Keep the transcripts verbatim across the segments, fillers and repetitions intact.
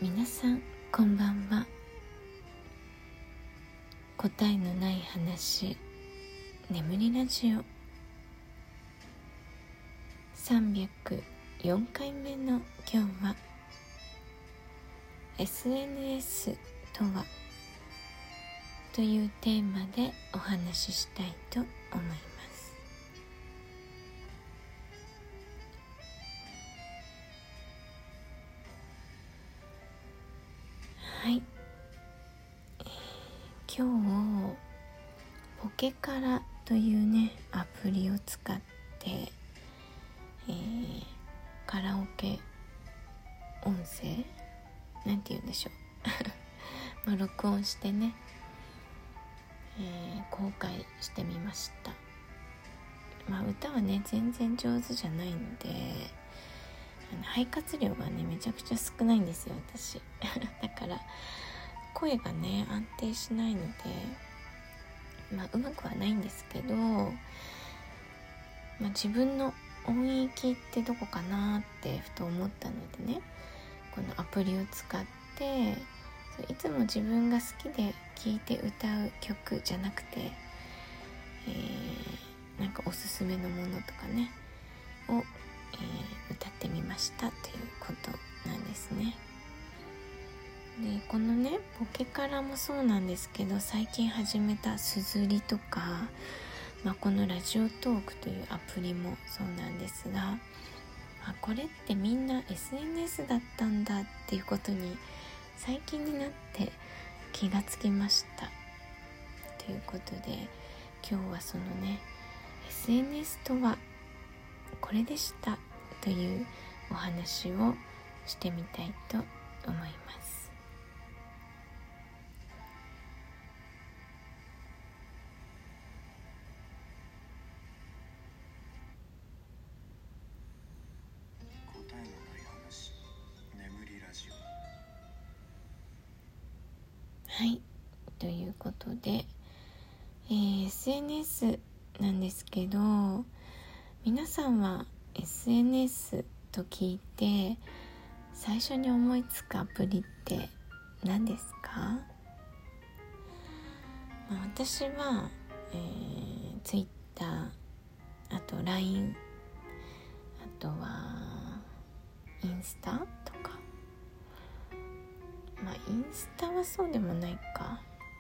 皆さんこんばんは。答えのない話、眠りラジオさんびゃくよんかいめの今日は エスエヌエス とはというテーマでお話ししたいと思います。はい、えー、今日ポケカラというねアプリを使って、えー、カラオケ音声なんて言うんでしょうまあ録音してね、えー、公開してみました。まあ歌はね全然上手じゃないので肺活量がねめちゃくちゃ少ないんですよ私だから声がね安定しないのでまあうまくはないんですけど、まあ、自分の音域ってどこかなってふと思ったのでねこのアプリを使っていつも自分が好きで聴いて歌う曲じゃなくて、えー、なんかおすすめのものとかねを、えー、歌ってみましたということなんですね。でこのねポケカラもそうなんですけど最近始めたすずりとか、まあ、このラジオトークというアプリもそうなんですがあこれってみんな エスエヌエス だったんだっていうことに最近になって気がつきましたということで今日はそのね エスエヌエス とはこれでしたというお話をしてみたいと思います。 答えのない話、眠りラジオ。 はい、ということで、えー、エスエヌエス なんですけど皆さんは エスエヌエス と聞いて最初に思いつくアプリって何ですか？まあ、私は、えー、Twitter あと ライン あとはインスタとかまあインスタはそうでもないか、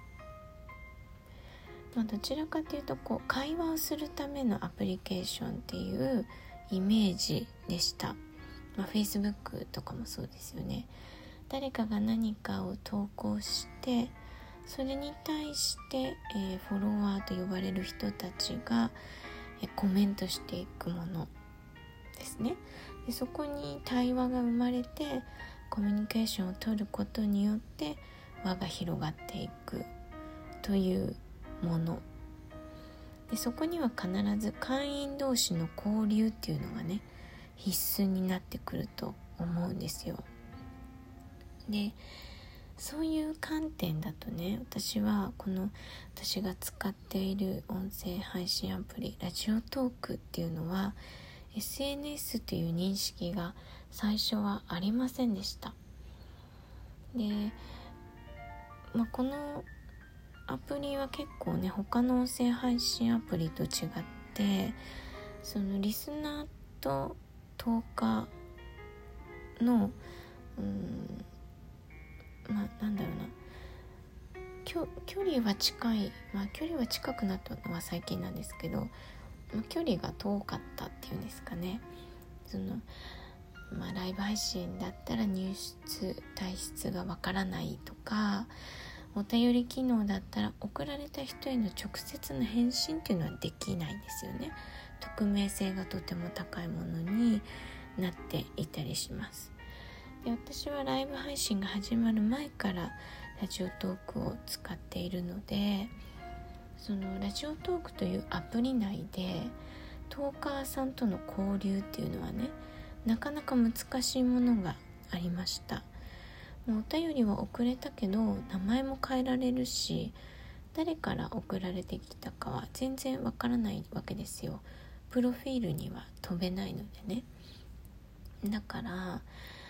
まあ、どちらかというとこう会話をするためのアプリケーションっていうイメージでした。まあ、Facebook とかもそうですよね。誰かが何かを投稿してそれに対して、えー、フォロワーと呼ばれる人たちが、えー、コメントしていくものですね。でそこに対話が生まれてコミュニケーションを取ることによって輪が広がっていくというものでそこには必ず会員同士の交流っていうのがね必須になってくると思うんですよ。でそういう観点だとね私はこの私が使っている音声配信アプリラジオトークっていうのは エスエヌエス という認識が最初はありませんでした。で、まあ、このアプリは結構ね他の音声配信アプリと違ってそのリスナーとトーカーのうんまあなんだろうな距, 距離は近い、まあ、距離は近くなったのは最近なんですけど、まあ、距離が遠かったっていうんですかね。その、まあ、ライブ配信だったら入室退出がわからないとかお便り機能だったら送られた人への直接の返信っていうのはできないんですよね。匿名性がとても高いものになっていたりします。で私はライブ配信が始まる前からラジオトークを使っているのでそのラジオトークというアプリ内でトーカーさんとの交流っていうのはねなかなか難しいものがありました。もうお便りは送れたけど名前も変えられるし誰から送られてきたかは全然わからないわけですよ。プロフィールには飛べないのでね。だから、え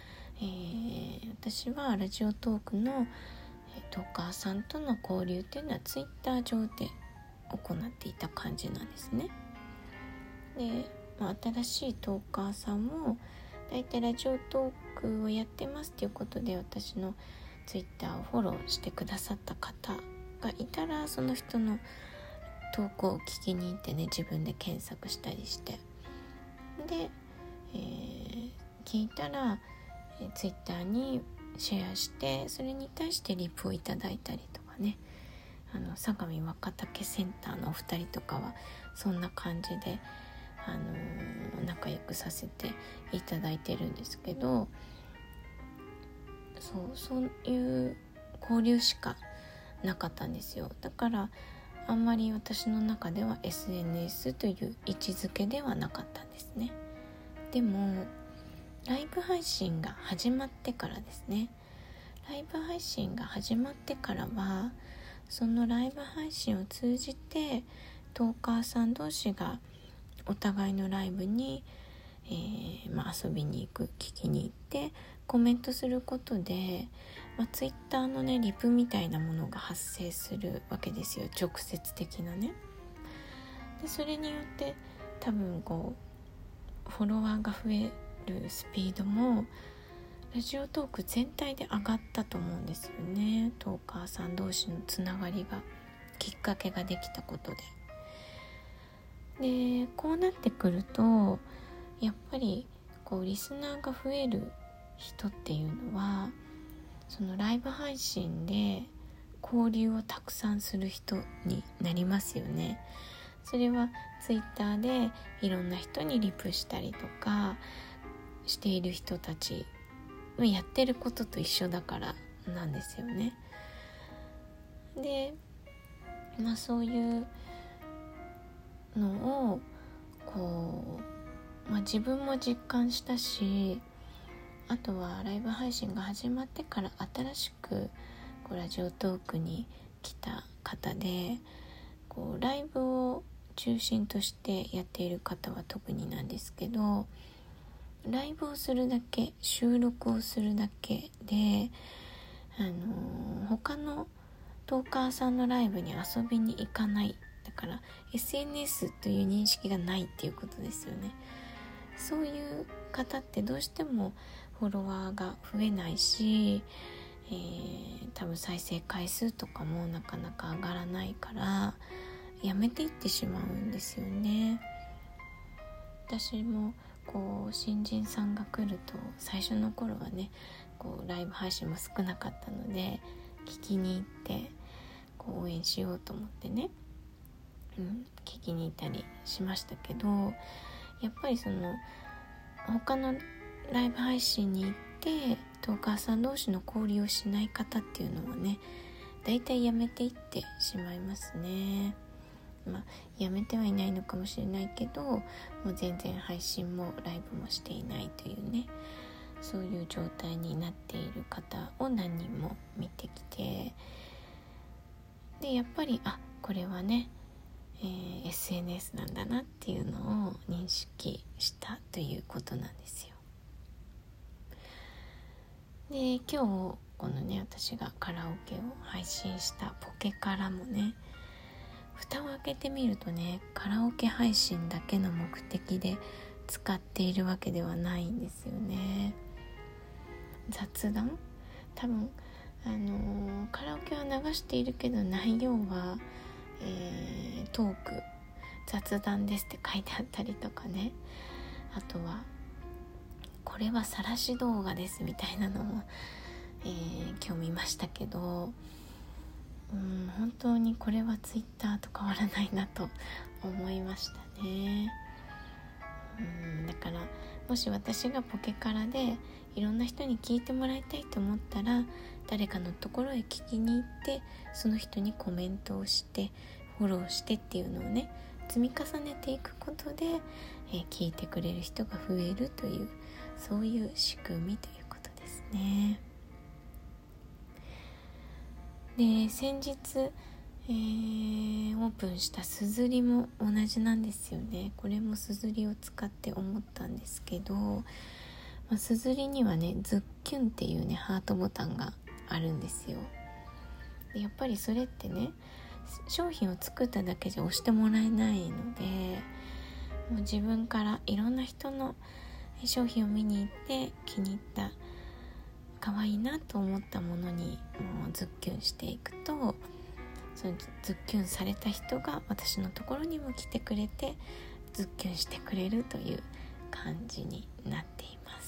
えー、私はラジオトークのトーカーさんとの交流っていうのはツイッター上で行っていた感じなんですね。で、まあ、新しいトーカーさんもだいたいラジオトークをやってますっていうことで私のツイッターをフォローしてくださった方がいたら、その人の投稿を聞きに行ってね、自分で検索したりしてで、えー、聞いたら、えー、ツイッターにシェアして、それに対してリプをいただいたりとかね、あの相模若竹センターのお二人とかはそんな感じで、あのー、仲良くさせていただいてるんですけど、そうそういう交流しかなかったんですよ。だからあんまり私の中では エスエヌエス という位置づけではなかったんですね。でもライブ配信が始まってからですね、ライブ配信が始まってからは、そのライブ配信を通じてトーカーさん同士がお互いのライブに、えーまあ、遊びに行く、聞きに行ってコメントすることで、まあ、ツイッターのねリプみたいなものが発生するわけですよ、直接的なね。でそれによって多分こうフォロワーが増えるスピードもラジオトーク全体で上がったと思うんですよね。トーカーさん同士のつながりがきっかけができたことで。でこうなってくるとやっぱりこうリスナーが増える人っていうのは、そのライブ配信で交流をたくさんする人になりますよね。それはツイッターでいろんな人にリプしたりとかしている人たちやってることと一緒だからなんですよね。で、まあそういうのをこう、まあ、自分も実感したし、あとはライブ配信が始まってから新しくこうラジオトークに来た方で、こうライブを中心としてやっている方は特になんですけど、ライブをするだけ、収録をするだけで、あのー、他のトーカーさんのライブに遊びに行かない、だから エスエヌエス という認識がないっていうことですよね。そういう方ってどうしてもフォロワーが増えないし、えー、多分再生回数とかもなかなか上がらないからやめていってしまうんですよね。私もこう新人さんが来ると最初の頃はね、こうライブ配信も少なかったので聞きに行ってこう応援しようと思ってね、うん、聞きに行ったりしましたけど、やっぱりその他のライブ配信に行ってトーカーさん同士の交流をしない方っていうのはね、だいたいやめていってしまいますね。まあやめてはいないのかもしれないけど、もう全然配信もライブもしていないというね、そういう状態になっている方を何人も見てきて、でやっぱりあこれはね、えー、エスエヌエス なんだなっていうのを認識したということなんですよ。で今日このね私がカラオケを配信したポケカラもね、蓋を開けてみるとね、カラオケ配信だけの目的で使っているわけではないんですよね。雑談、多分あのー、カラオケは流しているけど内容は、えー、トーク雑談ですって書いてあったりとかね、あとはこれは晒し動画ですみたいなのも、えー、今日見ましたけど、うん、本当にこれはツイッターと変わらないなと思いましたね。うん、だからもし私がポケカラでいろんな人に聞いてもらいたいと思ったら、誰かのところへ聞きに行ってその人にコメントをしてフォローしてっていうのをね積み重ねていくことで、えー、聞いてくれる人が増えるという、そういう仕組みということですね。で先日、えー、オープンしたすずりも同じなんですよね。これもすずりを使って思ったんですけど、 まあ、すずりにはねズッキュンっていうねハートボタンがあるんですよ。でやっぱりそれってね商品を作っただけじゃ押してもらえないので、もう自分からいろんな人の商品を見に行って気に入った可愛いなと思ったものにもうズッキュンしていくと、そのズッキュンされた人が私のところにも来てくれてズッキュンしてくれるという感じになっています。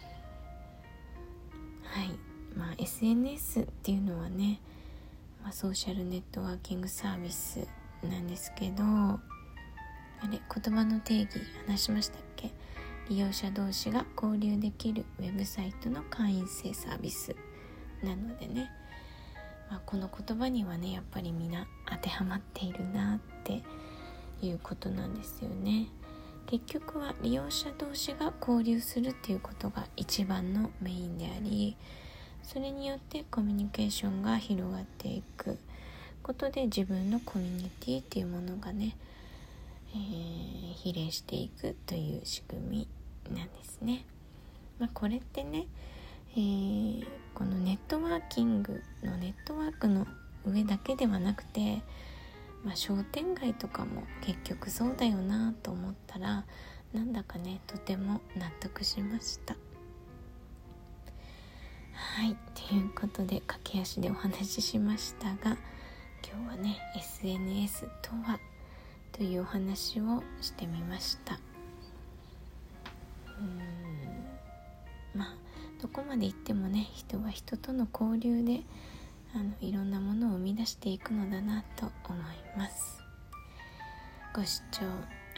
はい、まあ エスエヌエス っていうのはね、まあ、ソーシャルネットワーキングサービスなんですけど、あれ言葉の定義話しましたっけ？利用者同士が交流できるウェブサイトの会員制サービスなのでね、まあ、この言葉にはねやっぱりみんな当てはまっているなっていうことなんですよね。結局は利用者同士が交流するっていうことが一番のメインであり、それによってコミュニケーションが広がっていくことで自分のコミュニティっていうものがね、えー、比例していくという仕組みなんですね。まあ、これってね、えー、このネットワーキングのネットワークの上だけではなくて、まあ、商店街とかも結局そうだよなと思ったら、なんだかねとても納得しました。はい、ということで駆け足でお話ししましたが、今日はね エスエヌエス とはというお話をしてみました。うーんまあどこまで行ってもね人は人との交流であのいろんなものを生み出していくのだなと思います。ご視聴